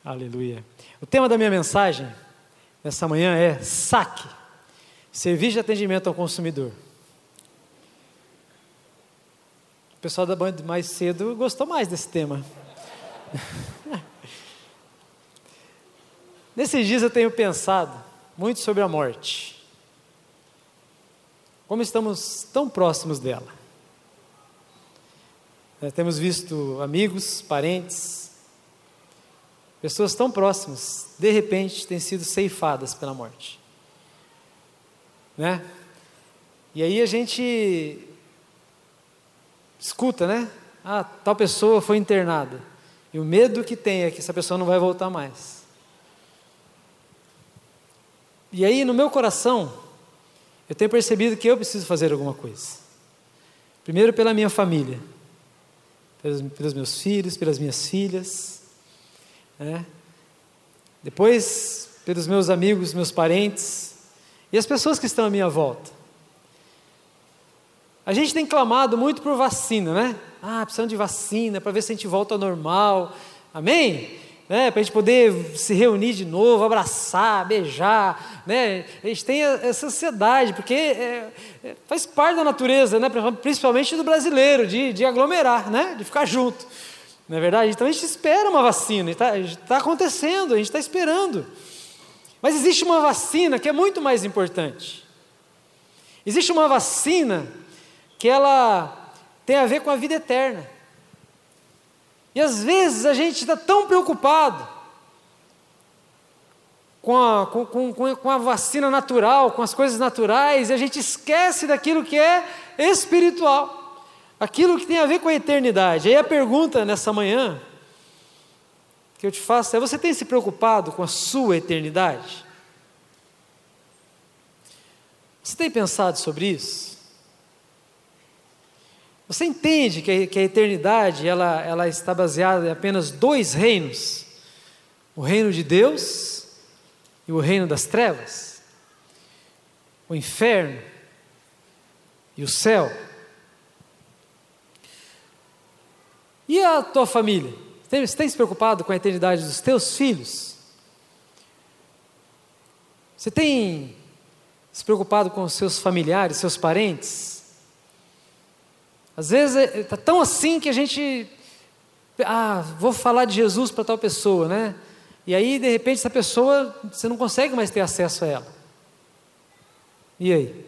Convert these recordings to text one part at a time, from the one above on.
Aleluia. O tema da minha mensagem nessa manhã é SAC, Serviço de Atendimento ao Consumidor. O pessoal da Band mais cedo gostou mais desse tema. Nesses dias eu tenho pensado muito sobre a morte. Como estamos tão próximos dela. Temos visto amigos, parentes, pessoas tão próximas, de repente, têm sido ceifadas pela morte. Né? E aí a gente escuta, né? Ah, tal pessoa foi internada. E o medo que tem é que essa pessoa não vai voltar mais. E aí, no meu coração, eu tenho percebido que eu preciso fazer alguma coisa. Primeiro pela minha família, pelos meus filhos, pelas minhas filhas, né? Depois pelos meus amigos, meus parentes e as pessoas que estão à minha volta. A gente tem clamado muito por vacina, né? Ah, precisamos de vacina para ver se a gente volta ao normal, amém? Né? Para a gente poder se reunir de novo, abraçar, beijar, né? A gente tem essa ansiedade, porque faz parte da natureza, né? Principalmente do brasileiro, de aglomerar, né? De ficar junto, não é verdade? Então a gente espera uma vacina, está acontecendo, a gente está esperando. Mas existe uma vacina que é muito mais importante. Existe uma vacina que ela tem a ver com a vida eterna. E às vezes a gente está tão preocupado com a vacina natural, com as coisas naturais, e a gente esquece daquilo que é espiritual, aquilo que tem a ver com a eternidade. Aí a pergunta nessa manhã que eu te faço é: você tem se preocupado com a sua eternidade? Você tem pensado sobre isso? Você entende que a eternidade ela está baseada em apenas dois reinos? O reino de Deus e o reino das trevas? O inferno e o céu? E a tua família? Você tem se preocupado com a eternidade dos teus filhos? Você tem se preocupado com os seus familiares, seus parentes? Às vezes está tão assim que a gente, vou falar de Jesus para tal pessoa, né? E aí de repente essa pessoa, você não consegue mais ter acesso a ela. E aí?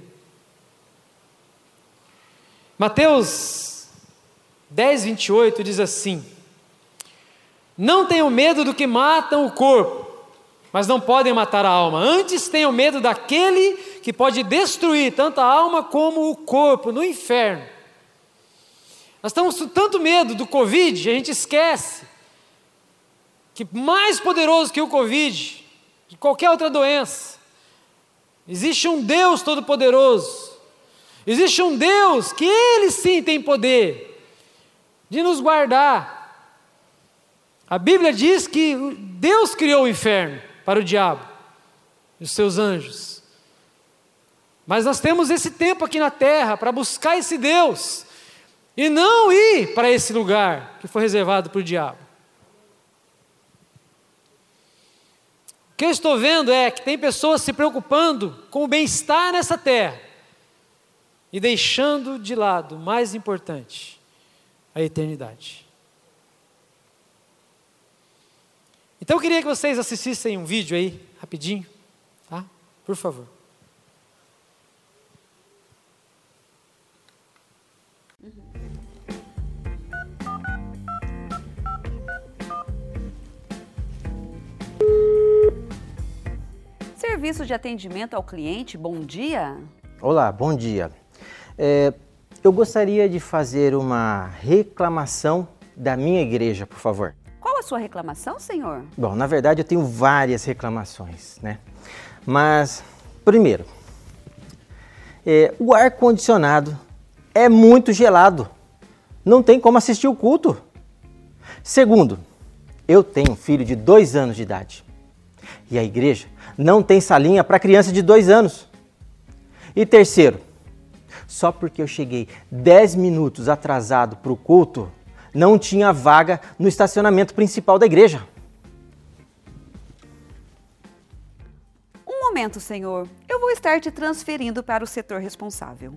Mateus 10, 28 diz assim: não tenham medo do que matam o corpo, mas não podem matar a alma. Antes tenham medo daquele que pode destruir tanto a alma como o corpo no inferno. Nós estamos com tanto medo do Covid, a gente esquece que mais poderoso que o Covid, de qualquer outra doença, existe um Deus todo-poderoso, existe um Deus que Ele sim tem poder de nos guardar. A Bíblia diz que Deus criou o inferno para o diabo e os seus anjos, mas nós temos esse tempo aqui na terra para buscar esse Deus, e não ir para esse lugar que foi reservado para o diabo. O que eu estou vendo é que tem pessoas se preocupando com o bem-estar nessa terra e deixando de lado o mais importante, a eternidade. Então eu queria que vocês assistissem um vídeo aí, rapidinho, tá? Por favor. Serviço de atendimento ao cliente, bom dia. Olá, bom dia. Eu gostaria de fazer uma reclamação da minha igreja, por favor. Qual a sua reclamação, senhor? Bom, na verdade eu tenho várias reclamações, né? Mas, primeiro, o ar-condicionado é muito gelado. Não tem como assistir o culto. Segundo, eu tenho um filho de 2 anos de idade. E a igreja não tem salinha para criança de 2 anos. E terceiro, só porque eu cheguei 10 minutos atrasado para o culto, não tinha vaga no estacionamento principal da igreja. momento, senhor. Eu vou estar te transferindo para o setor responsável.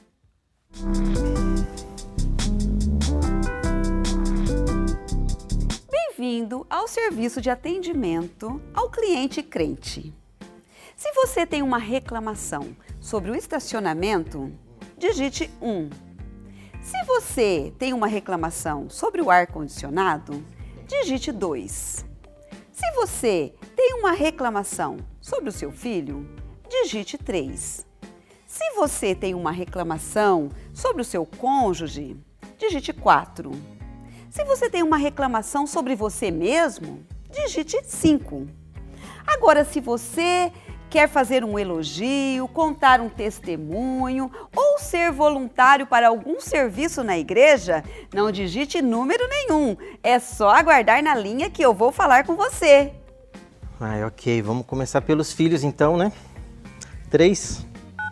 Bem-vindo ao serviço de atendimento ao cliente crente. Se você tem uma reclamação sobre o estacionamento, digite 1. Se você tem uma reclamação sobre o ar-condicionado, digite 2. Se você tem uma reclamação sobre o seu filho, digite 3. Se você tem uma reclamação sobre o seu cônjuge, digite 4. Se você tem uma reclamação sobre você mesmo, digite 5. Agora, se você quer fazer um elogio, contar um testemunho ou ser voluntário para algum serviço na igreja, não digite número nenhum. É só aguardar na linha que eu vou falar com você. Ok. Vamos começar pelos filhos então, né? 3.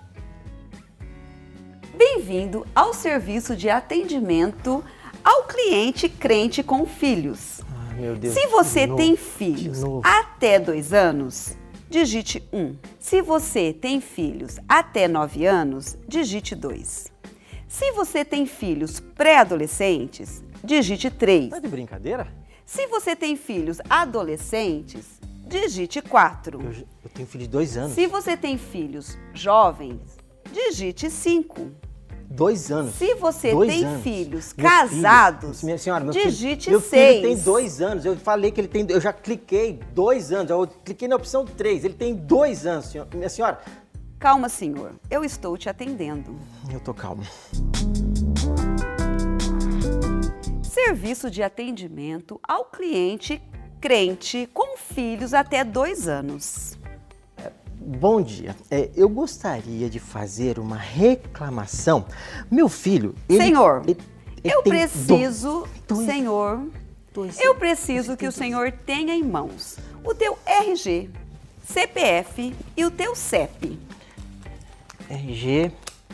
Bem-vindo ao serviço de atendimento ao cliente crente com filhos. Meu Deus. Se você tem filhos até 2 anos, digite 1. Se você tem filhos até 9 anos, digite 2. Se você tem filhos pré-adolescentes, digite 3. Tá de brincadeira? Se você tem filhos adolescentes, digite 4. Eu tenho filho de 2 anos. Se você tem filhos jovens, digite 5. 2 anos. Se você tem filhos Meu casados, minha senhora, digite 6. Meu filho tem 2 anos. Eu falei que ele tem. Eu já cliquei 2 anos. Eu cliquei na opção 3. Ele tem 2 anos, minha senhora. Calma, senhor. Eu estou te atendendo. Eu tô calmo. Serviço de atendimento ao cliente crente com filhos até 2 anos. Bom dia. Eu gostaria de fazer uma reclamação. Meu filho, Senhor, ele eu tem preciso, dois- senhor, dois- eu preciso que o senhor tenha em mãos o teu RG, CPF e o teu CEP. RG,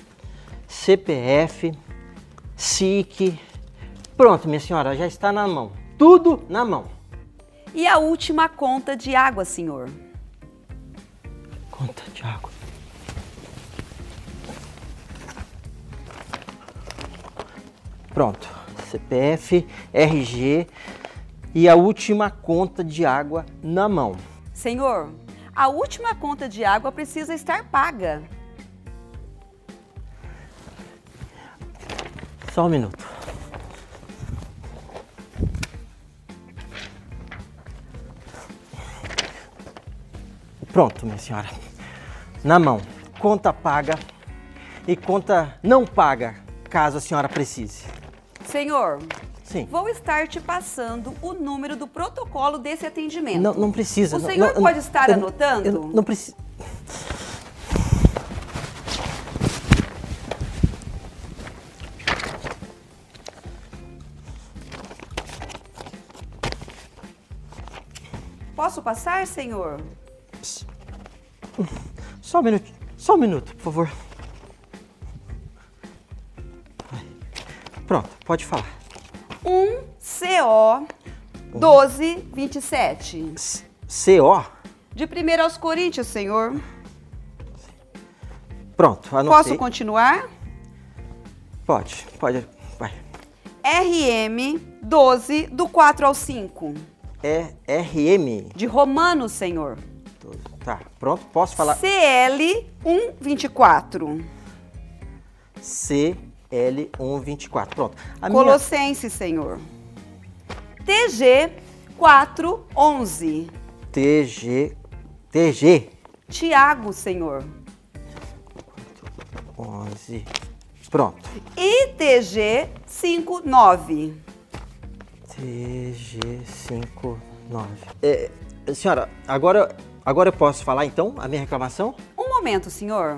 CPF, SIC. Pronto, minha senhora, já está na mão. Tudo na mão. E a última conta de água, senhor. Conta de água. Pronto. CPF, RG e a última conta de água na mão. Senhor, a última conta de água precisa estar paga. Só um minuto. Pronto, minha senhora. Na mão. Conta paga e conta não paga, caso a senhora precise. Senhor, Sim. vou estar te passando o número do protocolo desse atendimento. Não precisa. O senhor pode estar anotando? Não precisa. Posso passar, senhor? Só um minuto, por favor. Pronto, pode falar. 1CO 1227. CO? De 1 aos Coríntios, senhor. Pronto, anotei. Posso continuar? Pode, vai. RM 12, do 4 ao 5. RM. De Romanos, senhor. Tá, pronto, posso falar. CL 124. CL124, pronto. Colossenses, senhor. TG 411. TG Tiago, senhor. 11. Pronto. ITG 59. TG59. Senhora, agora eu posso falar então a minha reclamação? Um momento, senhor.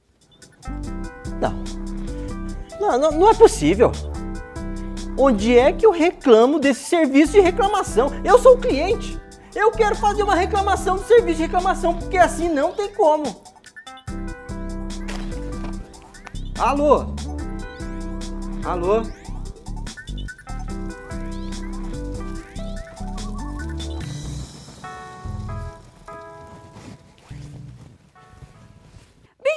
Não é possível. Onde é que eu reclamo desse serviço de reclamação? Eu sou o cliente. Eu quero fazer uma reclamação do serviço de reclamação, porque assim não tem como. Alô? Alô?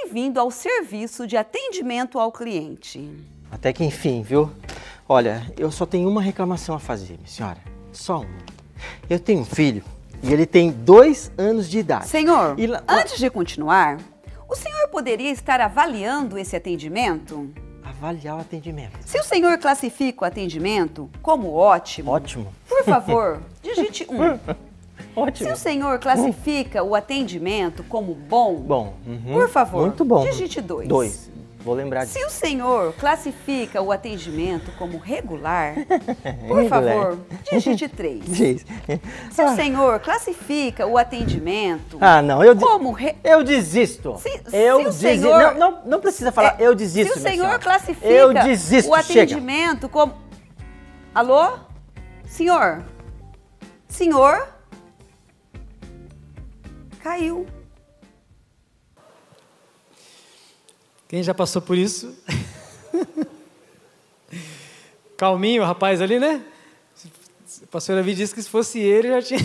bem-vindo ao serviço de atendimento ao cliente. Até que enfim, viu? Olha, eu só tenho uma reclamação a fazer, minha senhora. Só uma. Eu tenho um filho e ele tem 2 anos de idade. Senhor, E lá- antes de continuar, o senhor poderia estar avaliando esse atendimento? Avaliar o atendimento. Se o senhor classifica o atendimento como ótimo, Ótimo. por favor, digite 1. Ótimo. Se o senhor classifica o atendimento como bom, Bom. por favor, Muito bom. digite 2. 2. Vou lembrar disso. Se o senhor classifica o atendimento como regular, por Regular. favor, digite 3. Diz. Se o senhor classifica o atendimento Ah, não. como... Eu desisto. Se eu o desisto. senhor- Não precisa falar. Eu desisto, Se o minha senhor senhora. classifica Eu desisto. o Chega. atendimento como... Alô? Senhor? Senhor? Caiu. Quem já passou por isso? Calminho o rapaz ali, né? O pastor Davi disse que se fosse ele, já tinha...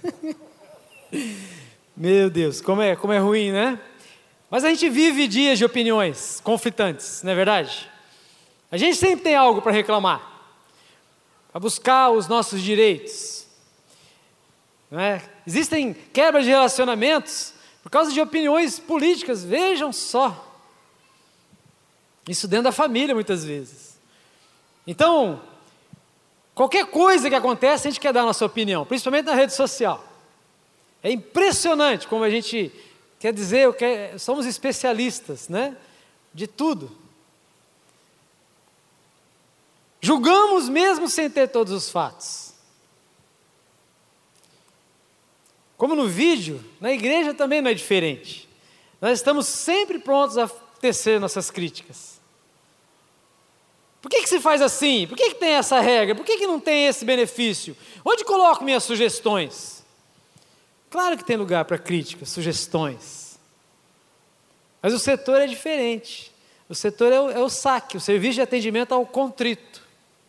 Meu Deus, como é ruim, né? Mas a gente vive dias de opiniões conflitantes, não é verdade? A gente sempre tem algo para reclamar, para buscar os nossos direitos. Não é? Existem quebras de relacionamentos por causa de opiniões políticas, vejam só. Isso dentro da família, muitas vezes. Então, qualquer coisa que acontece, a gente quer dar a nossa opinião, principalmente na rede social. É impressionante como a gente quer dizer, somos especialistas, né? De tudo. Julgamos mesmo sem ter todos os fatos. Como no vídeo, na igreja também não é diferente. Nós estamos sempre prontos a tecer nossas críticas. Por que se faz assim? Por que tem essa regra? Por que não tem esse benefício? Onde coloco minhas sugestões? Claro que tem lugar para críticas, sugestões. Mas o setor é diferente. O setor é o SAC, o Serviço de Atendimento ao Contrito.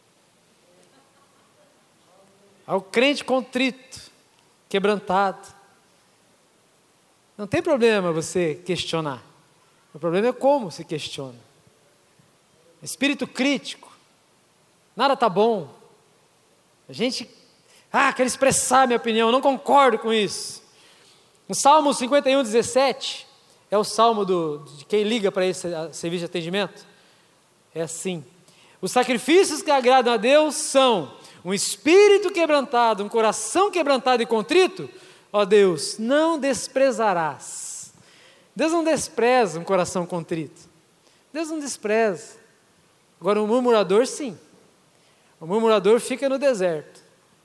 Ao crente contrito, quebrantado. Não tem problema você questionar. O problema é como se questiona. Espírito crítico. Nada está bom. A gente, quero expressar minha opinião, não concordo com isso. O Salmo 51, 17, é o salmo de quem liga para esse serviço de atendimento. É assim: os sacrifícios que agradam a Deus são um espírito quebrantado, um coração quebrantado e contrito, ó Deus, não desprezarás. Deus não despreza um coração contrito. Deus não despreza. Agora, um murmurador, sim. O murmurador fica no deserto.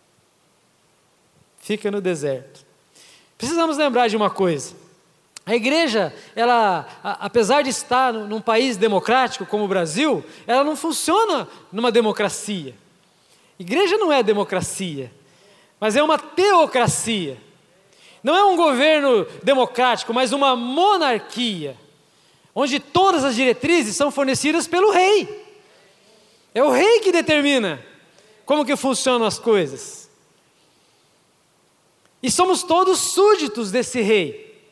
Fica no deserto. Precisamos lembrar de uma coisa. A igreja, ela, apesar de estar num país democrático como o Brasil, ela não funciona numa democracia. Igreja não é democracia, mas é uma teocracia. Não é um governo democrático, mas uma monarquia, onde todas as diretrizes são fornecidas pelo rei. É o rei que determina como que funcionam as coisas. E somos todos súditos desse rei.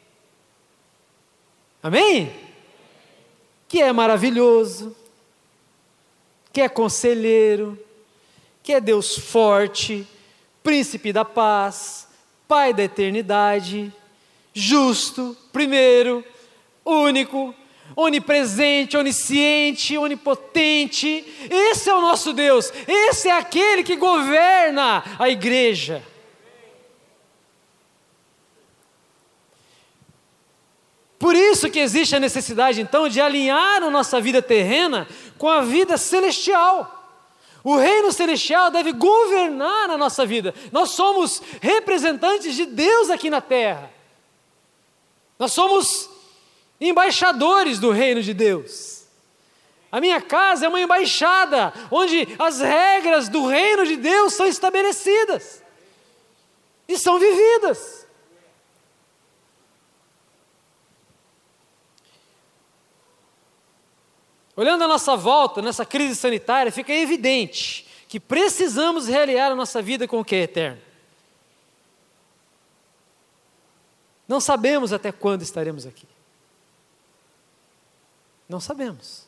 Amém? Que é maravilhoso, que é conselheiro, que é Deus forte, príncipe da paz, Pai da eternidade, justo, primeiro, único, onipresente, onisciente, onipotente. Esse é o nosso Deus, esse é aquele que governa a igreja. Por isso que existe a necessidade, então, de alinhar a nossa vida terrena com a vida celestial. O reino celestial deve governar a nossa vida. Nós somos representantes de Deus aqui na terra. Nós somos embaixadores do reino de Deus. A minha casa é uma embaixada, onde as regras do reino de Deus são estabelecidas e são vividas. Olhando à nossa volta, nessa crise sanitária, fica evidente que precisamos realinhar a nossa vida com o que é eterno. Não sabemos até quando estaremos aqui. Não sabemos.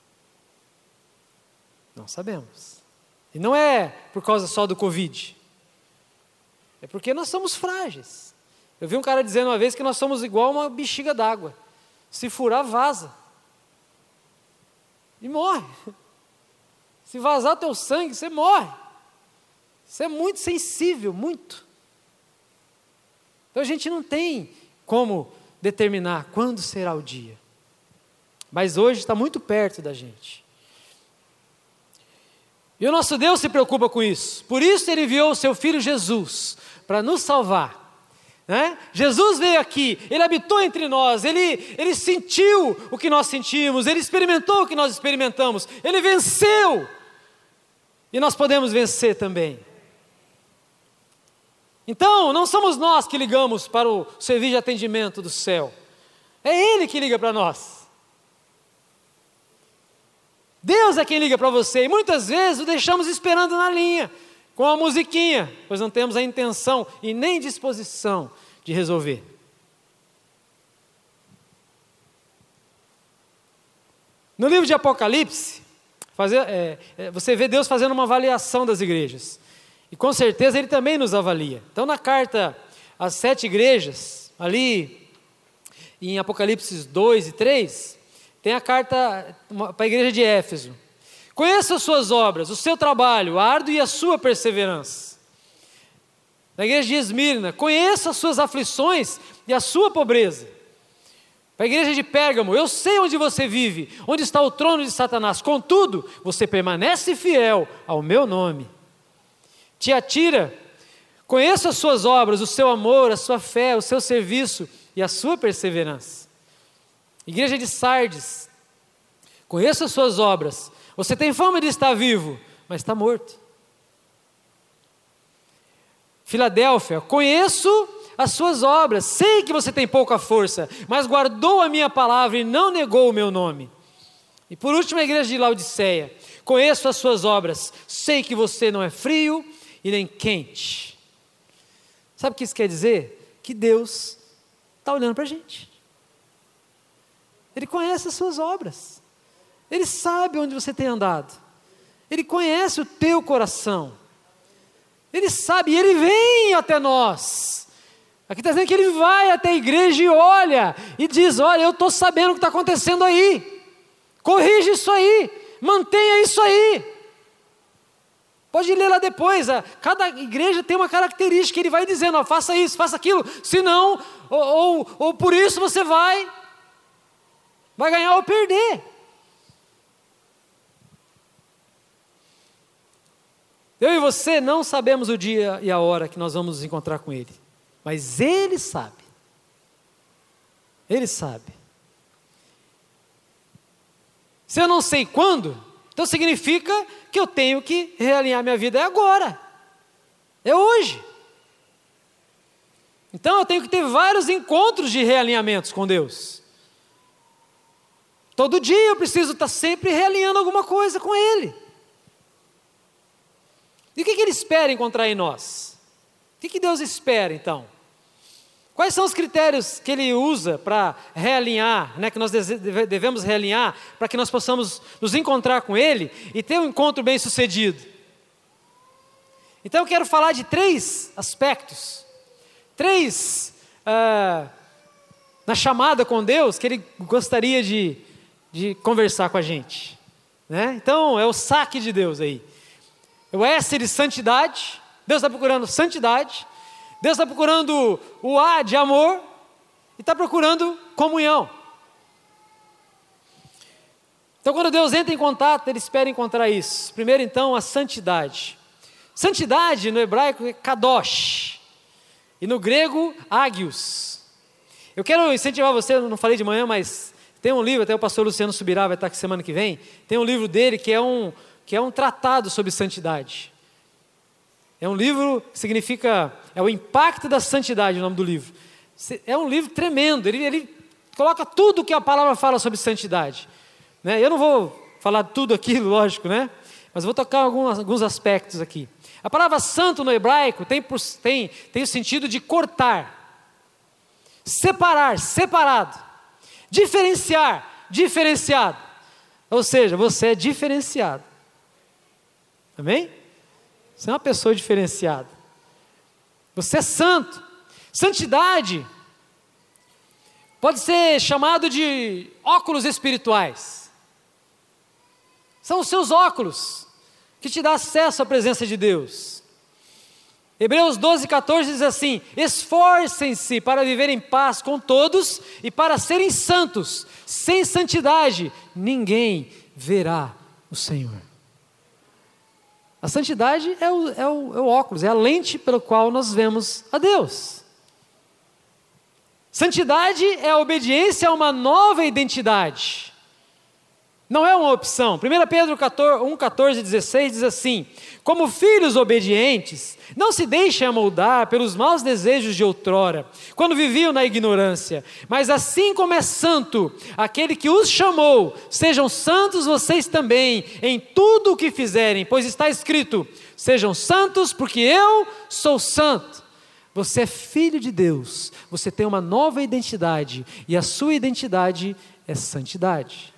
Não sabemos. E não é por causa só do Covid. É porque nós somos frágeis. Eu vi um cara dizendo uma vez que nós somos igual uma bexiga d'água. Se furar, vaza. E morre. Se vazar teu sangue, você morre. Você é muito sensível, muito. Então a gente não tem como determinar quando será o dia. Mas hoje está muito perto da gente. E o nosso Deus se preocupa com isso. Por isso Ele enviou o seu Filho Jesus para nos salvar. Né? Jesus veio aqui, Ele habitou entre nós, ele sentiu o que nós sentimos, Ele experimentou o que nós experimentamos, Ele venceu. E nós podemos vencer também. Então, não somos nós que ligamos para o serviço de atendimento do céu. É Ele que liga para nós. Deus é quem liga para você. E muitas vezes o deixamos esperando na linha, com a musiquinha, pois não temos a intenção e nem disposição de resolver. No livro de Apocalipse, você vê Deus fazendo uma avaliação das igrejas. E com certeza Ele também nos avalia. Então na carta às 7 igrejas, ali em Apocalipse 2 e 3, tem a carta para a igreja de Éfeso. Conheça as suas obras, o seu trabalho árduo e a sua perseverança. Na igreja de Esmirna, conheça as suas aflições e a sua pobreza. Para a igreja de Pérgamo, eu sei onde você vive, onde está o trono de Satanás, contudo, você permanece fiel ao meu nome. Tiatira, conheça as suas obras, o seu amor, a sua fé, o seu serviço e a sua perseverança. Igreja de Sardes, conheça as suas obras, você tem fama de estar vivo, mas está morto. Filadélfia, conheço as suas obras, sei que você tem pouca força, mas guardou a minha palavra e não negou o meu nome. E por último, a igreja de Laodiceia, conheço as suas obras, sei que você não é frio e nem quente. Sabe o que isso quer dizer? Que Deus está olhando para a gente. Ele conhece as suas obras. Ele sabe onde você tem andado. Ele conhece o teu coração. Ele sabe, e Ele vem até nós. Aqui está dizendo que Ele vai até a igreja e olha, e diz, olha, eu estou sabendo o que está acontecendo aí. Corrige isso aí, mantenha isso aí. Pode ler lá depois, cada igreja tem uma característica, Ele vai dizendo, ó, faça isso, faça aquilo, senão, ou por isso você vai ganhar ou perder. Eu e você não sabemos o dia e a hora que nós vamos nos encontrar com Ele, mas Ele sabe. Ele sabe. Se eu não sei quando, então significa que eu tenho que realinhar minha vida agora, é hoje. Então eu tenho que ter vários encontros de realinhamentos com Deus. Todo dia eu preciso estar sempre realinhando alguma coisa com Ele. E o que Ele espera encontrar em nós? O que Deus espera então? Quais são os critérios que Ele usa para realinhar, né, que nós devemos realinhar, para que nós possamos nos encontrar com Ele e ter um encontro bem sucedido? Então eu quero falar de 3 aspectos, 3 na chamada com Deus que Ele gostaria de conversar com a gente, né? Então é o saque de Deus aí. O S de santidade, Deus está procurando santidade, Deus está procurando o A de amor e está procurando comunhão. Então quando Deus entra em contato, Ele espera encontrar isso. Primeiro então a santidade. Santidade no hebraico é kadosh e no grego agios. Eu quero incentivar você, eu não falei de manhã, mas tem um livro, até o pastor Luciano Subirá vai estar aqui semana que vem, tem um livro dele que é um tratado sobre santidade. É um livro que significa, é o impacto da santidade, o nome do livro. É um livro tremendo, ele coloca tudo que a palavra fala sobre santidade, né? Eu não vou falar tudo aquilo, lógico, né? Mas vou tocar alguns aspectos aqui. A palavra santo no hebraico tem o sentido de cortar, separar, separado, diferenciar, diferenciado. Ou seja, você é diferenciado. Amém? Você é uma pessoa diferenciada. Você é santo. Santidade pode ser chamado de óculos espirituais. São os seus óculos que te dão acesso à presença de Deus. Hebreus 12:14 diz assim: esforcem-se para viver em paz com todos e para serem santos. Sem santidade, ninguém verá o Senhor. A santidade é o óculos, é a lente pelo qual nós vemos a Deus. Santidade é a obediência a uma nova identidade. Não é uma opção. 1 Pedro 1:14-16 diz assim: como filhos obedientes, não se deixem amoldar pelos maus desejos de outrora, quando viviam na ignorância, mas assim como é santo aquele que os chamou, sejam santos vocês também em tudo o que fizerem, pois está escrito: sejam santos porque eu sou santo. Você é filho de Deus, você tem uma nova identidade, e a sua identidade é santidade.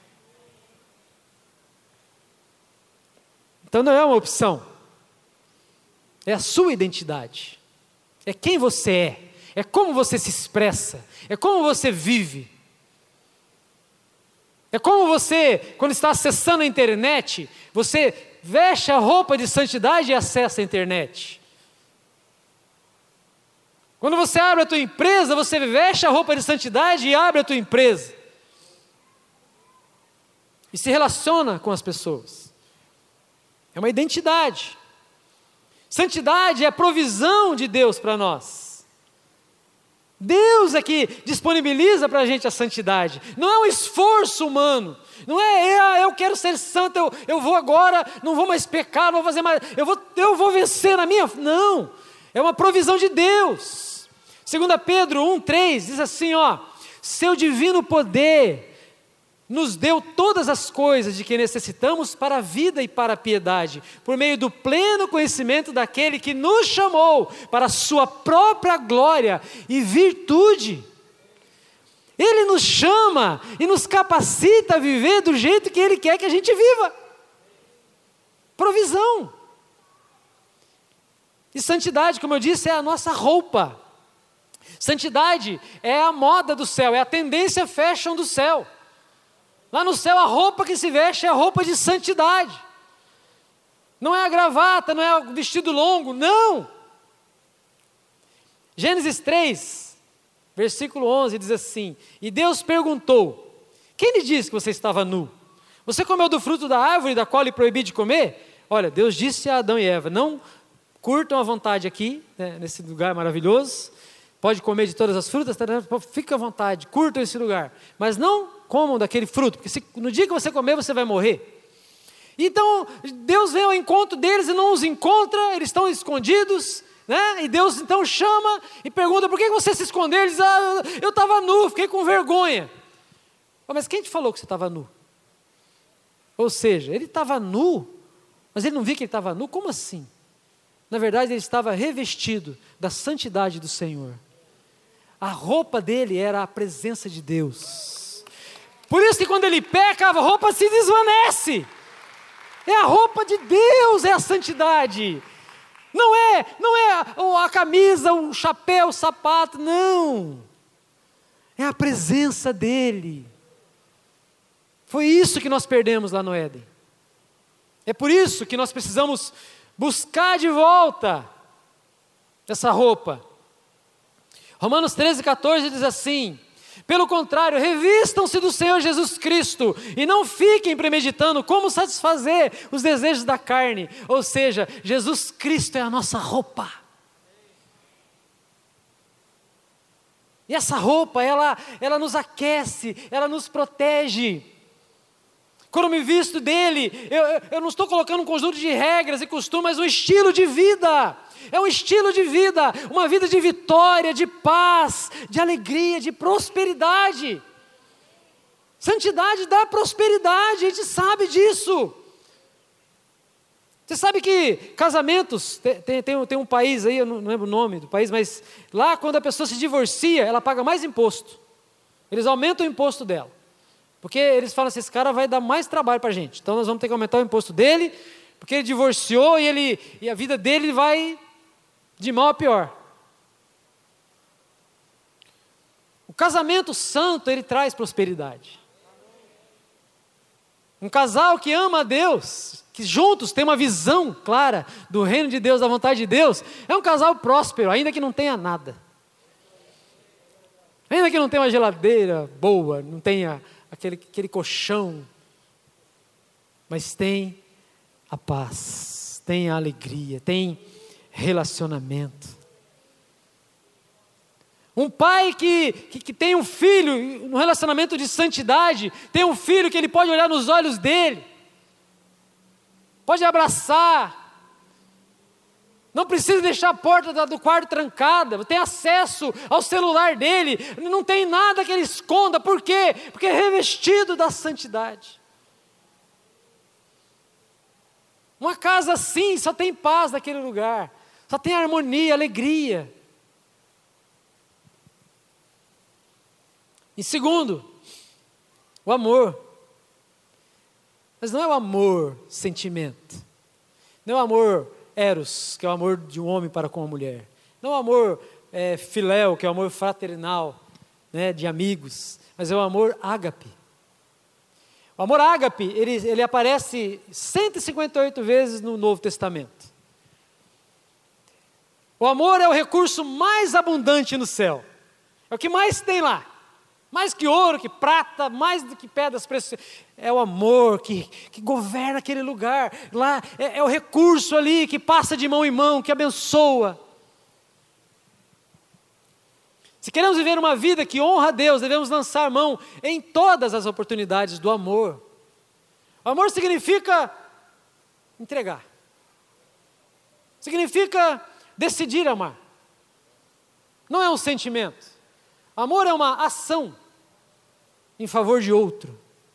Então não é uma opção, é a sua identidade, é quem você é como você se expressa, é como você vive, é como você, quando está acessando a internet, você veste a roupa de santidade e acessa a internet. Quando você abre a tua empresa, você veste a roupa de santidade e abre a tua empresa, e se relaciona com as pessoas. É uma identidade. Santidade é a provisão de Deus para nós. Deus é que disponibiliza para a gente a santidade. Não é um esforço humano. Não é, eu quero ser santo, eu vou agora, não vou mais pecar, não vou fazer mais, eu vou vencer na minha... Não, é uma provisão de Deus. 2 Pedro 1:3 diz assim, seu divino poder nos deu todas as coisas de que necessitamos para a vida e para a piedade, por meio do pleno conhecimento daquele que nos chamou para a sua própria glória e virtude. Ele nos chama e nos capacita a viver do jeito que Ele quer que a gente viva. Provisão. E santidade, como eu disse, é a nossa roupa. Santidade é a moda do céu, é a tendência fashion do céu. Lá no céu a roupa que se veste é a roupa de santidade. Não é a gravata, não é o vestido longo, não. Gênesis 3, versículo 11 diz assim: e Deus perguntou: quem lhe disse que você estava nu? Você comeu do fruto da árvore da qual lhe proibi de comer? Olha, Deus disse a Adão e Eva: não curtam à vontade aqui, nesse lugar maravilhoso. Pode comer de todas as frutas, fica à vontade, curtam esse lugar. Mas não comam daquele fruto, porque no dia que você comer, você vai morrer. Então, Deus vem ao encontro deles e não os encontra, eles estão escondidos, né? E Deus então chama e pergunta: por que você se escondeu? Ele diz: eu estava nu, fiquei com vergonha. Mas quem te falou que você estava nu? Ou seja, ele estava nu, mas ele não via que ele estava nu? Como assim? Na verdade, ele estava revestido da santidade do Senhor. A roupa dele era a presença de Deus. Por isso que quando ele peca, a roupa se desvanece. É a roupa de Deus, é a santidade. Não é a camisa, o chapéu, o sapato, não. É a presença dele. Foi isso que nós perdemos lá no Éden. É por isso que nós precisamos buscar de volta essa roupa. Romanos 13:14 diz assim: pelo contrário, revistam-se do Senhor Jesus Cristo e não fiquem premeditando como satisfazer os desejos da carne. Ou seja, Jesus Cristo é a nossa roupa. E essa roupa, ela nos aquece, ela nos protege. Quando eu me visto dele, eu não estou colocando um conjunto de regras e costumes, mas um estilo de vida. É um estilo de vida, uma vida de vitória, de paz, de alegria, de prosperidade. Santidade dá prosperidade, a gente sabe disso. Você sabe que casamentos, tem um país aí, eu não lembro o nome do país, mas lá quando a pessoa se divorcia, ela paga mais imposto. Eles aumentam o imposto dela. Porque eles falam assim, esse cara vai dar mais trabalho para a gente, então nós vamos ter que aumentar o imposto dele, porque ele divorciou e a vida dele vai de mal a pior. O casamento santo, ele traz prosperidade. Um casal que ama a Deus, que juntos tem uma visão clara do reino de Deus, da vontade de Deus, é um casal próspero, ainda que não tenha nada. Ainda que não tenha uma geladeira boa, não tenha aquele colchão, mas tem a paz, tem a alegria, tem relacionamento. Um pai que tem um filho, um relacionamento de santidade, tem um filho que ele pode olhar nos olhos dele, pode abraçar, não precisa deixar a porta do quarto trancada, tem acesso ao celular dele, não tem nada que ele esconda, por quê? Porque é revestido da santidade. Uma casa assim só tem paz naquele lugar, só tem harmonia, alegria. E segundo, o amor. Mas não é o amor sentimento. Não é o amor eros, que é o amor de um homem para com a mulher. Não é o amor filéu, que é o amor fraternal, né, de amigos. Mas é o amor ágape. O amor ágape, ele aparece 158 vezes no Novo Testamento. O amor é o recurso mais abundante no céu. É o que mais tem lá. Mais que ouro, que prata, mais do que pedras preciosas. É o amor que governa aquele lugar. Lá é o recurso ali que passa de mão em mão, que abençoa. Se queremos viver uma vida que honra a Deus, devemos lançar mão em todas as oportunidades do amor. O amor significa entregar. Significa decidir amar. Não é um sentimento. Amor é uma ação em favor de outro.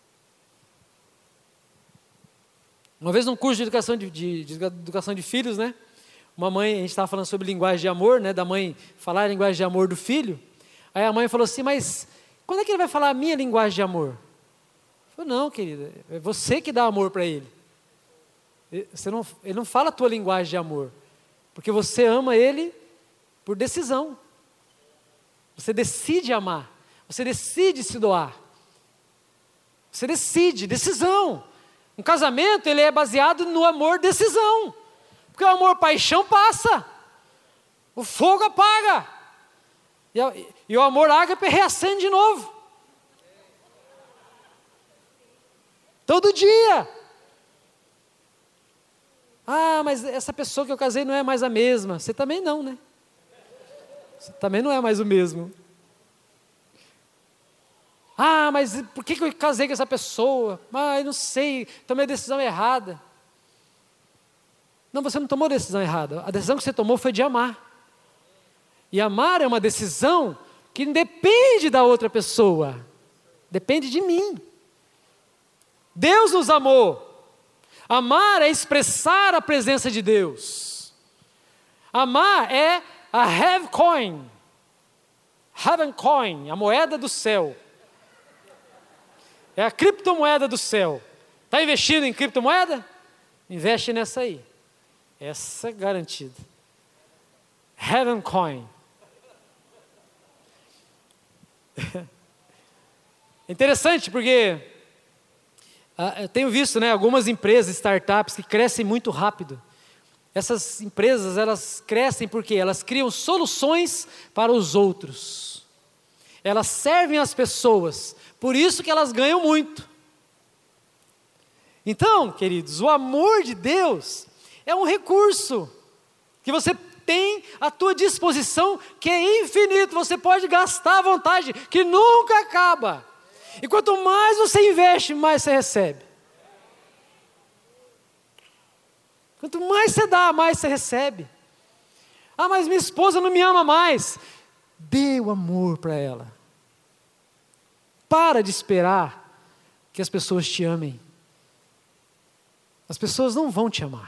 Uma vez num curso de educação de filhos, né? Uma mãe, a gente estava falando sobre linguagem de amor, né? Da mãe falar a linguagem de amor do filho. Aí a mãe falou assim, mas quando é que ele vai falar a minha linguagem de amor? Eu falei, não, querida, é você que dá amor para ele. Ele não fala a tua linguagem de amor, porque você ama ele por decisão. Você decide amar, você decide se doar, você decide, decisão. Um casamento, ele é baseado no amor, decisão, porque o amor, paixão passa, o fogo apaga, e o amor ágape reacende de novo, todo dia. Ah, mas essa pessoa que eu casei não é mais a mesma, você também não, né? Você também não é mais o mesmo. Ah, mas por que eu casei com essa pessoa? Ah, eu não sei, tomei a decisão errada. Não, você não tomou a decisão errada. A decisão que você tomou foi de amar. E amar é uma decisão que depende da outra pessoa. Depende de mim. Deus nos amou. Amar é expressar a presença de Deus. Amar é a heaven coin, a moeda do céu. É a criptomoeda do céu. Está investindo em criptomoeda? Investe nessa aí. Essa é garantida. Heaven coin. É interessante porque eu tenho visto, né, algumas empresas, startups que crescem muito rápido. Essas empresas, elas crescem porque elas criam soluções para os outros. Elas servem as pessoas, por isso que elas ganham muito. Então, queridos, o amor de Deus é um recurso que você tem à tua disposição, que é infinito, você pode gastar à vontade, que nunca acaba. E quanto mais você investe, mais você recebe. Quanto mais você dá, mais você recebe. Ah, mas minha esposa não me ama mais. Dê o amor para ela. Para de esperar que as pessoas te amem. As pessoas não vão te amar.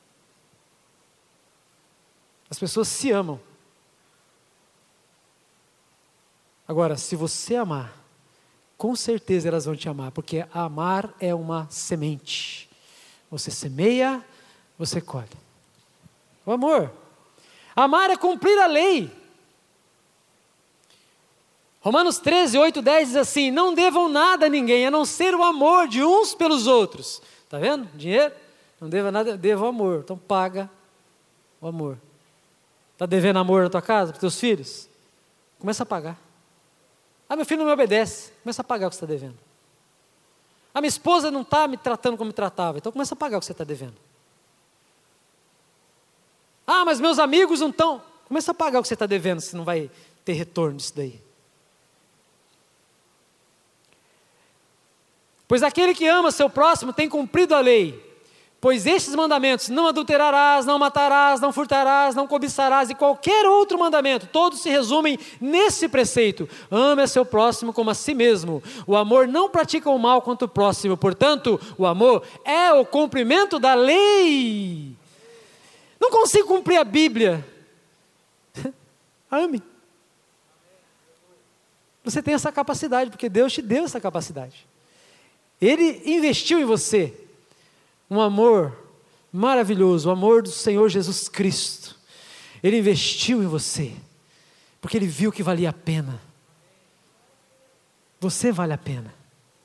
As pessoas se amam. Agora, se você amar, com certeza elas vão te amar, porque amar é uma semente. Você semeia, você colhe. O amor. Amar é cumprir a lei. Romanos 13, 8, 10 diz assim: não devam nada a ninguém, a não ser o amor de uns pelos outros. Está vendo? Dinheiro? Não deva nada, deva o amor. Então paga o amor. Está devendo amor na tua casa, para os teus filhos? Começa a pagar. Ah, meu filho não me obedece. Começa a pagar o que você está devendo. Ah, minha esposa não está me tratando como me tratava. Então começa a pagar o que você está devendo. Ah, mas meus amigos não estão. Começa a pagar o que você está devendo, se não vai ter retorno disso daí. Pois aquele que ama seu próximo tem cumprido a lei. Pois estes mandamentos: não adulterarás, não matarás, não furtarás, não cobiçarás, e qualquer outro mandamento, todos se resumem nesse preceito: ame a seu próximo como a si mesmo. O amor não pratica o mal contra o próximo, portanto, o amor é o cumprimento da lei. Não consigo cumprir a Bíblia. Ame. Você tem essa capacidade, porque Deus te deu essa capacidade. Ele investiu em você um amor maravilhoso, o amor do Senhor Jesus Cristo. Ele investiu em você, porque Ele viu que valia a pena. Você vale a pena.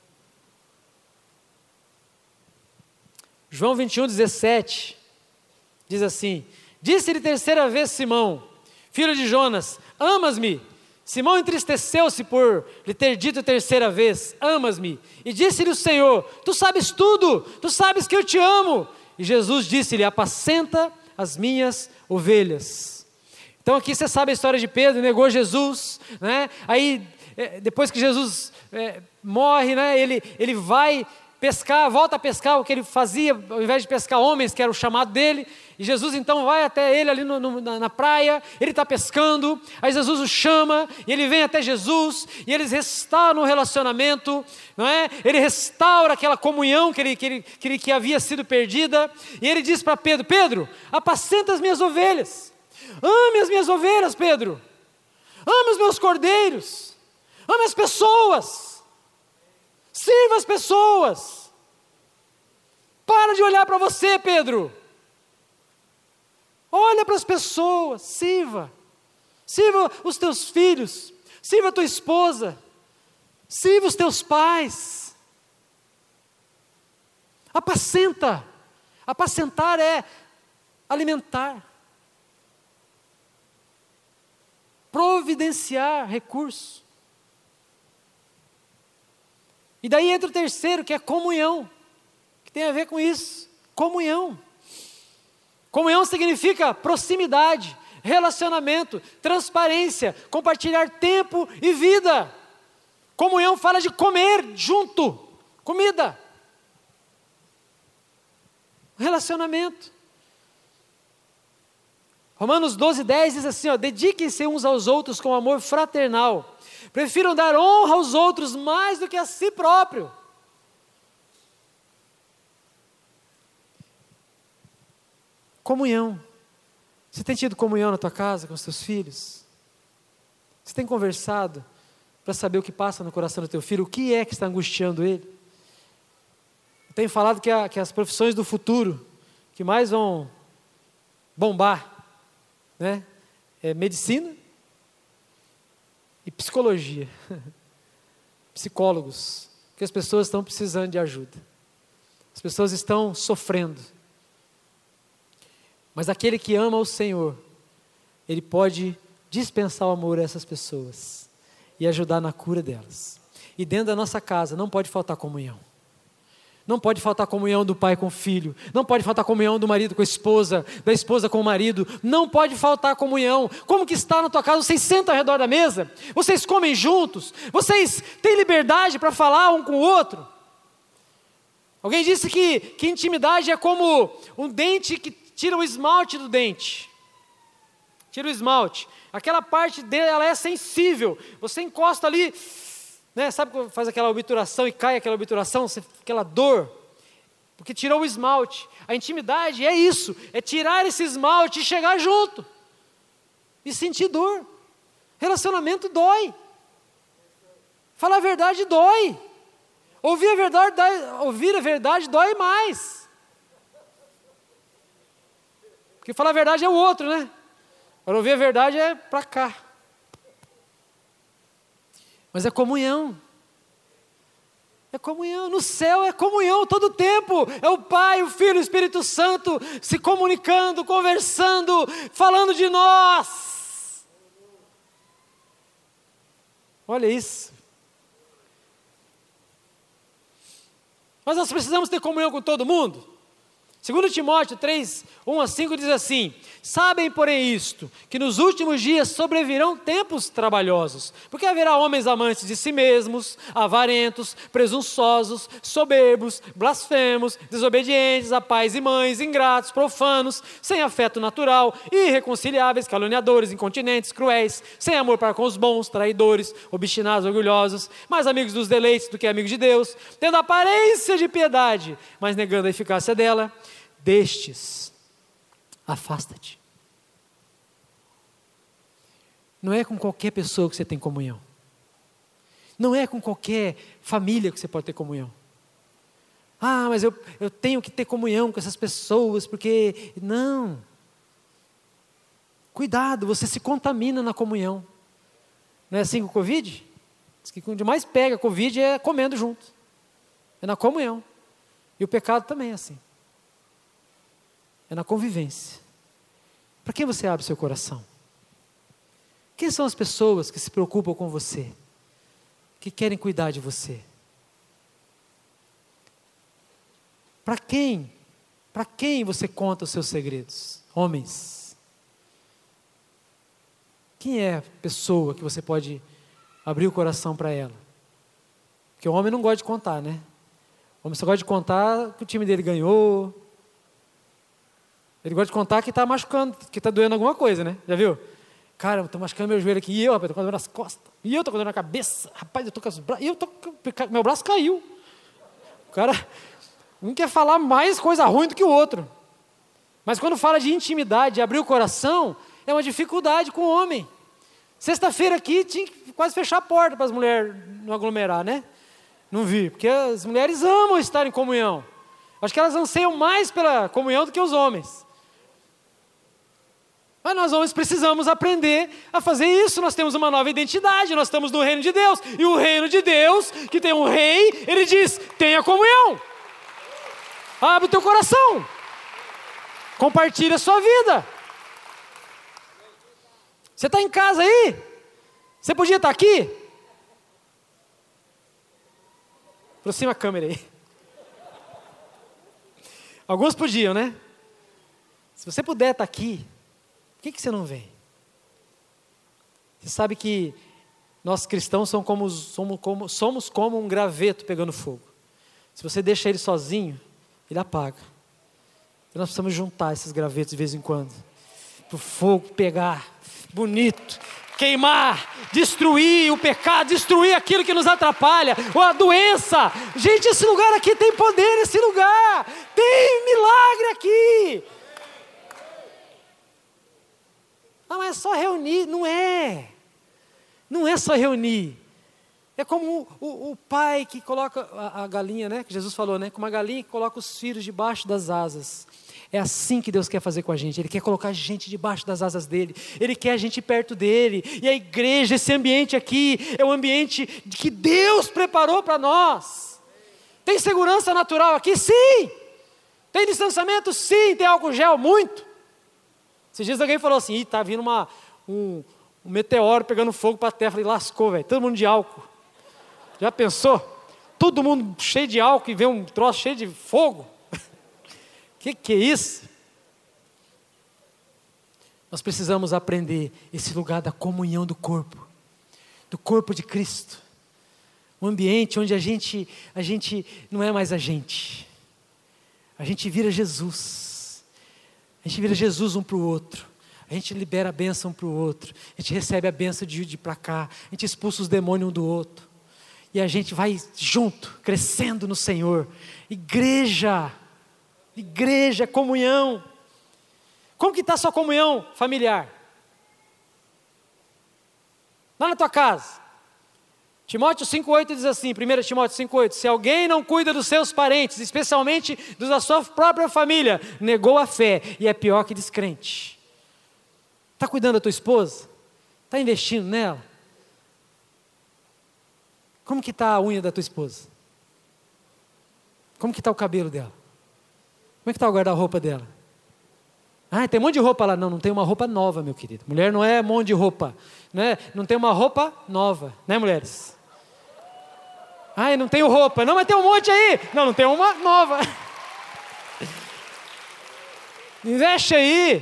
João 21, 17, diz assim: disse-lhe terceira vez Simão, filho de Jonas: amas-me? Simão entristeceu-se por lhe ter dito terceira vez: amas-me? E disse-lhe o Senhor: tu sabes tudo, tu sabes que eu te amo. E Jesus disse-lhe: apacenta as minhas ovelhas. Então aqui você sabe a história de Pedro, negou Jesus, né? Aí depois que Jesus morre, né? Ele vai pescar, volta a pescar o que ele fazia, ao invés de pescar homens, que era o chamado dele. E Jesus então vai até ele ali na praia, ele está pescando, aí Jesus o chama, e ele vem até Jesus, e eles restauram o relacionamento, não é? Ele restaura aquela comunhão que havia sido perdida, e ele diz para Pedro: Pedro, apacenta as minhas ovelhas, ame as minhas ovelhas, Pedro, ame os meus cordeiros, ame as pessoas, sirva as pessoas, para de olhar para você, Pedro. Olha para as pessoas, sirva os teus filhos, sirva a tua esposa, sirva os teus pais, apacenta. Apacentar é alimentar, providenciar recurso. E daí entra o terceiro, que é comunhão, que tem a ver com isso, comunhão. Comunhão significa proximidade, relacionamento, transparência, compartilhar tempo e vida. Comunhão fala de comer junto, comida, relacionamento. Romanos 12, 10 diz assim: dediquem-se uns aos outros com amor fraternal, prefiram dar honra aos outros mais do que a si próprio. Comunhão. Você tem tido comunhão na tua casa com os teus filhos? Você tem conversado para saber o que passa no coração do teu filho? O que é que está angustiando ele? Eu tenho falado que as profissões do futuro que mais vão bombar, né, é medicina e psicologia. Psicólogos, porque as pessoas estão precisando de ajuda. As pessoas estão sofrendo. Mas aquele que ama o Senhor, ele pode dispensar o amor a essas pessoas e ajudar na cura delas. E dentro da nossa casa não pode faltar comunhão. Não pode faltar comunhão do pai com o filho. Não pode faltar comunhão do marido com a esposa, da esposa com o marido. Não pode faltar comunhão. Como que está na tua casa? Vocês sentam ao redor da mesa? Vocês comem juntos? Vocês têm liberdade para falar um com o outro? Alguém disse que intimidade é como um dente que tira o esmalte do dente. Tira o esmalte. Aquela parte dele, ela é sensível. Você encosta ali, né? Sabe quando faz aquela obturação e cai aquela obturação, aquela dor? Porque tirou o esmalte. A intimidade é isso, é tirar esse esmalte e chegar junto. E sentir dor. Relacionamento dói. Falar a verdade dói. Ouvir a verdade dói mais. Porque falar a verdade é o outro, né? Para ouvir a verdade é para cá. Mas é comunhão. É comunhão. No céu é comunhão todo o tempo. É o Pai, o Filho e o Espírito Santo se comunicando, conversando, falando de nós. Olha isso. Mas nós precisamos ter comunhão com todo mundo. 2 Timóteo 3, 1-5 diz assim: sabem, porém, isto, que nos últimos dias sobrevirão tempos trabalhosos, porque haverá homens amantes de si mesmos, avarentos, presunçosos, soberbos, blasfemos, desobedientes a pais e mães, ingratos, profanos, sem afeto natural, irreconciliáveis, caluniadores, incontinentes, cruéis, sem amor para com os bons, traidores, obstinados, orgulhosos, mais amigos dos deleites do que amigos de Deus, tendo aparência de piedade, mas negando a eficácia dela. Destes, afasta-te. Não é com qualquer pessoa que você tem comunhão. Não é com qualquer família que você pode ter comunhão. Ah, mas eu tenho que ter comunhão com essas pessoas, porque... Não. Cuidado, você se contamina na comunhão. Não é assim com o Covid? Diz que onde mais pega Covid é comendo junto. É na comunhão. E o pecado também é assim. É na convivência. Para quem você abre seu coração? Quem são as pessoas que se preocupam com você? Que querem cuidar de você? Para quem? Para quem você conta os seus segredos? Homens. Quem é a pessoa que você pode abrir o coração para ela? Porque o homem não gosta de contar, né? O homem só gosta de contar que o time dele ganhou. Ele gosta de contar que está machucando, que está doendo alguma coisa, né? Já viu? Cara, eu estou machucando meu joelho aqui. E eu, rapaz, estou com dor nas costas. E eu estou com dor na cabeça. Rapaz, eu estou com os braços. Meu braço caiu. O cara, um quer falar mais coisa ruim do que o outro. Mas quando fala de intimidade, de abrir o coração, é uma dificuldade com o homem. Sexta-feira aqui, tinha que quase fechar a porta para as mulheres não aglomerar, né? Não vi, porque as mulheres amam estar em comunhão. Acho que elas anseiam mais pela comunhão do que os homens. Mas nós homens precisamos aprender a fazer isso. Nós temos uma nova identidade, nós estamos no reino de Deus. E o reino de Deus, que tem um rei, ele diz, tenha comunhão. Abre o teu coração. Compartilha a sua vida. Você está em casa aí? Você podia estar aqui? Aproxima a câmera aí. Alguns podiam, né? Se você puder estar aqui, por que você não vem? Você sabe que nós cristãos somos como um graveto pegando fogo. Se você deixa ele sozinho, ele apaga. Então nós precisamos juntar esses gravetos de vez em quando. Para o fogo pegar, bonito, queimar, destruir o pecado, destruir aquilo que nos atrapalha, ou a doença. Gente, esse lugar aqui tem poder, esse lugar tem milagre aqui. Ah, mas é só reunir. Não é. Não é só reunir. É como o pai que coloca a galinha, né? Que Jesus falou, né? Como uma galinha que coloca os filhos debaixo das asas. É assim que Deus quer fazer com a gente. Ele quer colocar a gente debaixo das asas dele. Ele quer a gente perto dele. E a igreja, esse ambiente aqui, é um ambiente que Deus preparou para nós. Tem segurança natural aqui? Sim. Tem distanciamento? Sim. Tem álcool gel? Muito. Esses dias alguém falou assim, está vindo um meteoro pegando fogo para a terra. Falei, lascou, velho, todo mundo de álcool. Já pensou? Todo mundo cheio de álcool e vê um troço cheio de fogo. Que é isso? Nós precisamos aprender esse lugar da comunhão do corpo de Cristo. Um ambiente onde a gente não é mais a gente vira Jesus. A gente vira Jesus um para o outro. A gente libera a bênção um para o outro. A gente recebe a bênção de ir para cá. A gente expulsa os demônios um do outro. E a gente vai junto, crescendo no Senhor. Igreja, comunhão. Como que está a sua comunhão familiar? Lá na tua casa. Timóteo 5,8 diz assim, 1 Timóteo 5,8, se alguém não cuida dos seus parentes, especialmente dos da sua própria família, negou a fé e é pior que descrente. Está cuidando da tua esposa? Está investindo nela? Como que está a unha da tua esposa? Como que está o cabelo dela? Como é que está o guarda-roupa dela? Ah, tem um monte de roupa lá. Não, não tem uma roupa nova, meu querido. Mulher não é um monte de roupa. Não tem uma roupa nova, né, mulheres? Ah, não tenho roupa. Não, mas tem um monte aí. Não, não tem uma nova. Investe aí.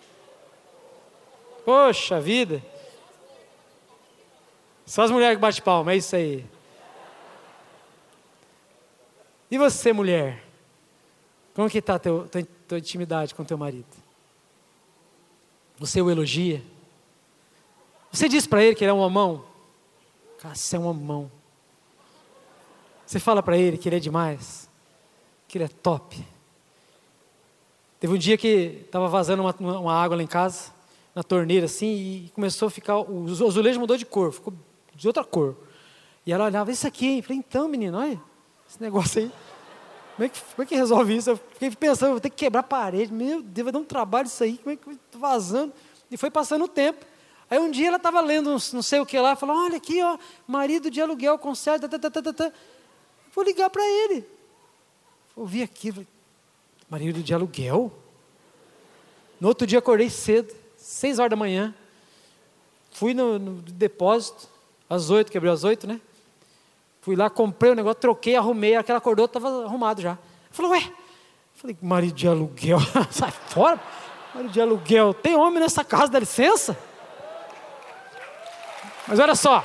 Poxa vida. Só as mulheres que batem palma, é isso aí. E você, mulher? Como que está a tua intimidade com teu marido? Você o elogia? Você diz para ele que ele é um homão? Cara, você é um homão. Você fala para ele que ele é demais? Que ele é top? Teve um dia que estava vazando uma água lá em casa, na torneira assim, e começou a ficar, o azulejo mudou de cor, ficou de outra cor. E ela olhava, isso aqui, hein? Eu falei, então menino, olha, esse negócio aí, como é que resolve isso? Eu fiquei pensando, vou ter que quebrar a parede, meu Deus, vai dar um trabalho isso aí, como é que eu estou vazando? E foi passando o tempo. Aí um dia ela estava lendo não sei o que lá, falou, olha aqui, ó, marido de aluguel, conserta, vou ligar para ele. Ouvi aquilo, marido de aluguel? No outro dia acordei cedo, 6 horas da manhã, fui no depósito, às 8, quebrei às 8, né? Fui lá, comprei o negócio, troquei, arrumei, aquela acordou, estava arrumado já. Falei, ué? Falei, marido de aluguel, sai fora, marido de aluguel, tem homem nessa casa, dá licença? Mas olha só,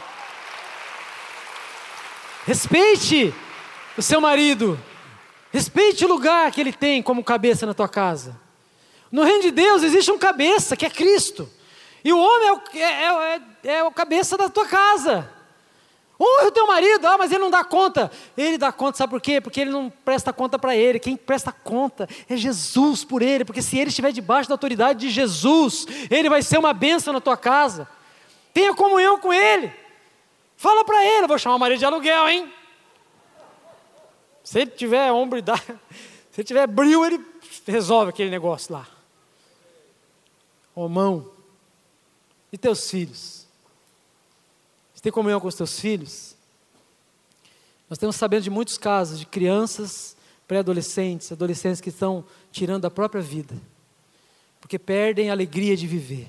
respeite o seu marido, respeite o lugar que ele tem como cabeça na tua casa. No reino de Deus existe um cabeça, que é Cristo, e o homem é o cabeça da tua casa. Honra o teu marido, mas ele não dá conta. Ele dá conta, sabe por quê? Porque ele não presta conta para ele. Quem presta conta é Jesus por ele, porque se ele estiver debaixo da autoridade de Jesus, ele vai ser uma bênção na tua casa. Tenha comunhão com ele. Fala para ele, eu vou chamar o marido de aluguel, hein? Se ele tiver hombridade, se ele tiver brilho, ele resolve aquele negócio lá. Homão. E teus filhos? Você tem comunhão com os teus filhos? Nós estamos sabendo de muitos casos de crianças, pré-adolescentes, adolescentes que estão tirando a própria vida, porque perdem a alegria de viver.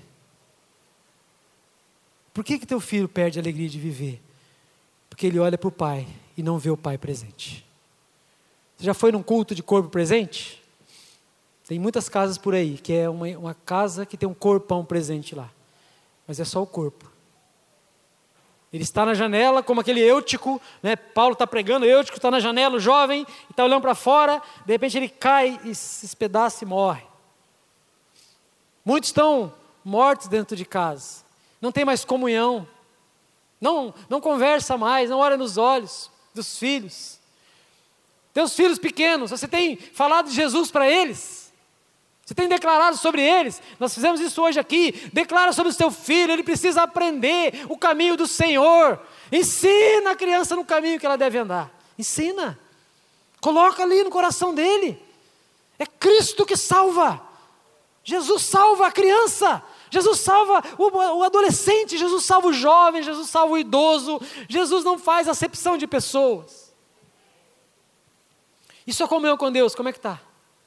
Por que teu filho perde a alegria de viver? Porque ele olha para o pai e não vê o pai presente. Você já foi num culto de corpo presente? Tem muitas casas por aí, que é uma casa que tem um corpão presente lá, mas é só o corpo. Ele está na janela, como aquele Eutico, né? Paulo está pregando, o Eutico está na janela, o jovem, está olhando para fora, de repente ele cai e se espedaça e morre. Muitos estão mortos dentro de casa, não tem mais comunhão, não conversa mais, não olha nos olhos dos filhos. Teus filhos pequenos, você tem falado de Jesus para eles? Você tem declarado sobre eles? Nós fizemos isso hoje aqui. Declara sobre o seu filho, ele precisa aprender o caminho do Senhor. Ensina a criança no caminho que ela deve andar. Ensina. Coloca ali no coração dele. É Cristo que salva. Jesus salva a criança. Jesus salva o adolescente. Jesus salva o jovem. Jesus salva o idoso. Jesus não faz acepção de pessoas. E sua comunhão com Deus, como é que está?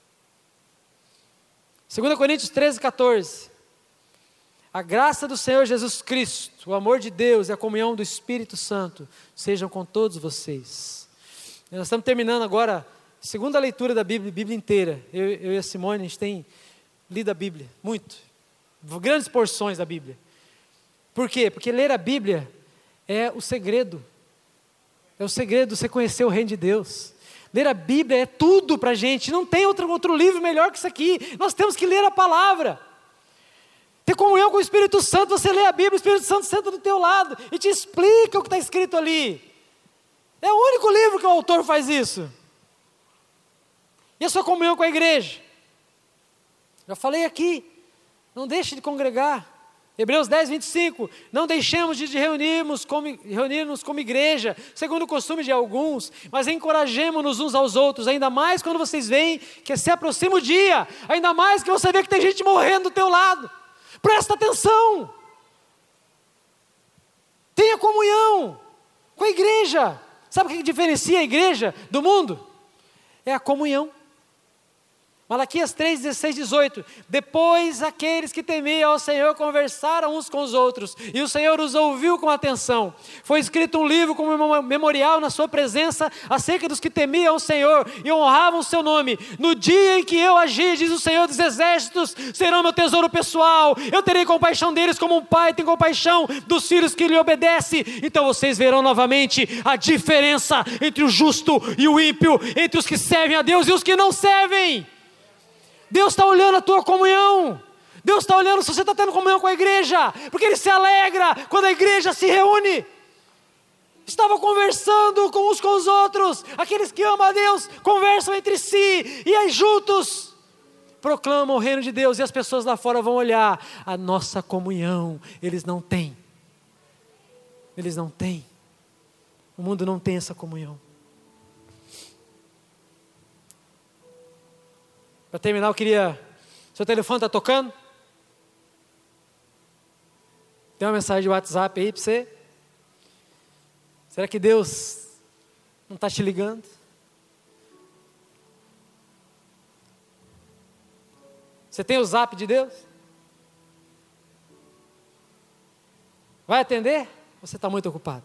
2 Coríntios 13, 14. A graça do Senhor Jesus Cristo, o amor de Deus e a comunhão do Espírito Santo sejam com todos vocês. Nós estamos terminando agora a segunda leitura da Bíblia, Bíblia inteira. Eu e a Simone, a gente tem lido a Bíblia, muito. Grandes porções da Bíblia. Por quê? Porque ler a Bíblia é o segredo. É o segredo de você conhecer o reino de Deus. Ler a Bíblia é tudo para a gente, não tem outro livro melhor que isso aqui. Nós temos que ler a palavra. Ter comunhão com o Espírito Santo, você lê a Bíblia, o Espírito Santo senta do teu lado e te explica o que está escrito ali. É o único livro que o autor faz isso. E a sua comunhão com a igreja? Já falei aqui, não deixe de congregar. Hebreus 10, 25, não deixemos de reunir-nos como igreja, segundo o costume de alguns, mas encorajemo-nos uns aos outros, ainda mais quando vocês veem que se aproxima o dia, ainda mais que você vê que tem gente morrendo do teu lado. Presta atenção, tenha comunhão com a igreja. Sabe o que diferencia a igreja do mundo? É a comunhão. Malaquias 3, 16, 18, depois aqueles que temiam ao Senhor conversaram uns com os outros, e o Senhor os ouviu com atenção. Foi escrito um livro como memorial na sua presença, acerca dos que temiam ao Senhor e honravam o seu nome. No dia em que eu agir, diz o Senhor dos exércitos, serão meu tesouro pessoal, eu terei compaixão deles como um pai tem compaixão dos filhos que lhe obedecem. Então vocês verão novamente a diferença entre o justo e o ímpio, entre os que servem a Deus e os que não servem. Deus está olhando a tua comunhão. Deus está olhando se você está tendo comunhão com a igreja, porque Ele se alegra quando a igreja se reúne. Estavam conversando com uns com os outros. Aqueles que amam a Deus conversam entre si, e aí juntos proclamam o reino de Deus, e as pessoas lá fora vão olhar. A nossa comunhão eles não têm. Eles não têm. O mundo não tem essa comunhão. Para terminar, eu queria... Seu telefone está tocando? Tem uma mensagem de WhatsApp aí para você? Será que Deus não está te ligando? Você tem o zap de Deus? Vai atender? Ou você está muito ocupado?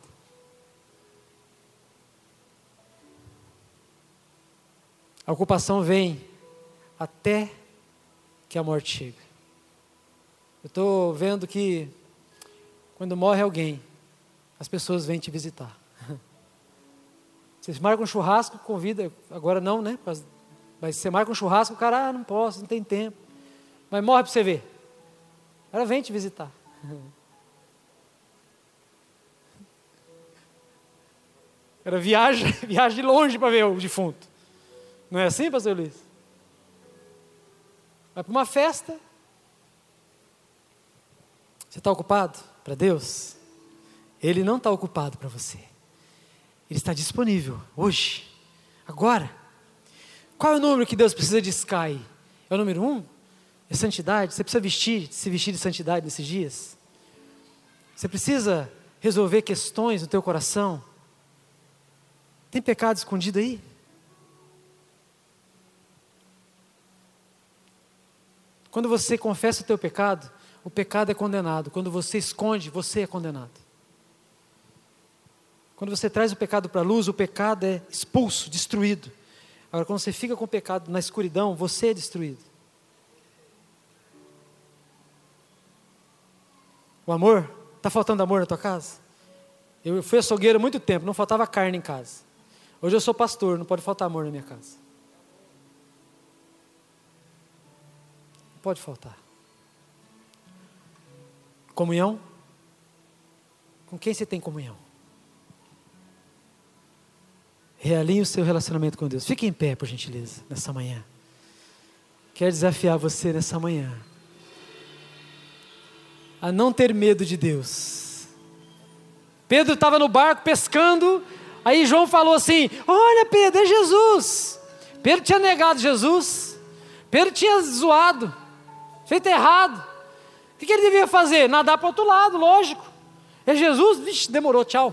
A ocupação vem até que a morte chega. Eu estou vendo que quando morre alguém, as pessoas vêm te visitar. Vocês marcam um churrasco, convida, agora não, né? Mas você marca um churrasco, o cara, não posso, não tem tempo. Mas morre para você ver. Ela vem te visitar. Ela viaja de longe para ver o defunto. Não é assim, pastor Luiz? Vai para uma festa. Você está ocupado para Deus? Ele não está ocupado para você. Ele está disponível hoje, agora. Qual é o número que Deus precisa de Sky? É o número 1? É santidade? Você precisa se vestir de santidade nesses dias? Você precisa resolver questões no teu coração? Tem pecado escondido aí? Quando você confessa o teu pecado, o pecado é condenado. Quando você esconde, você é condenado. Quando você traz o pecado para a luz, o pecado é expulso, destruído. Agora, quando você fica com o pecado na escuridão, você é destruído. O amor, está faltando amor na tua casa? Eu fui açougueiro há muito tempo, não faltava carne em casa. Hoje eu sou pastor, não pode faltar amor na minha casa. Pode faltar. Comunhão? Com quem você tem comunhão? Realinhe o seu relacionamento com Deus. Fique em pé, por gentileza, nessa manhã. Quero desafiar você nessa manhã a não ter medo de Deus. Pedro estava no barco pescando, aí João falou assim: olha, Pedro, é Jesus. Pedro tinha negado Jesus. Pedro tinha zoado, feito errado. O que ele devia fazer? Nadar para o outro lado, lógico. É Jesus? Vixe, demorou, tchau.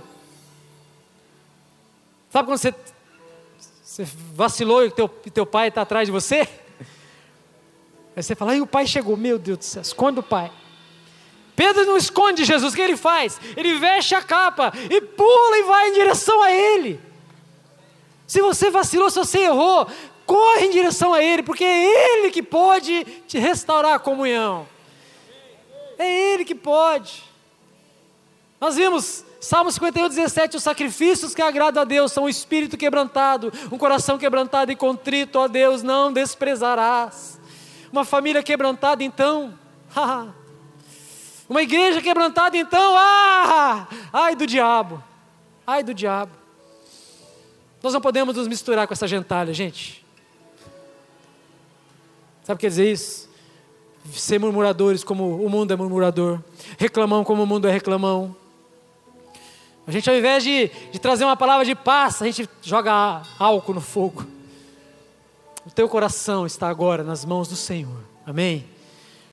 Sabe quando você vacilou e teu pai está atrás de você? Aí você fala, aí o pai chegou, meu Deus do céu, esconde o pai. Pedro não esconde Jesus, o que ele faz? Ele veste a capa e pula e vai em direção a ele. Se você vacilou, se você errou, corre em direção a Ele, porque é Ele que pode te restaurar a comunhão. É Ele que pode. Nós vimos Salmo 51, 17, os sacrifícios que agradam a Deus são um espírito quebrantado, um coração quebrantado e contrito, ó Deus, não desprezarás. Uma família quebrantada então, uma igreja quebrantada então, ai do diabo, ai do diabo. Nós não podemos nos misturar com essa gentalha, gente. Sabe o que quer dizer isso? ser murmuradores como o mundo é murmurador, reclamão como o mundo é reclamão. A gente, ao invés de trazer uma palavra de paz, a gente joga álcool no fogo. O teu coração está agora nas mãos do Senhor. Amém?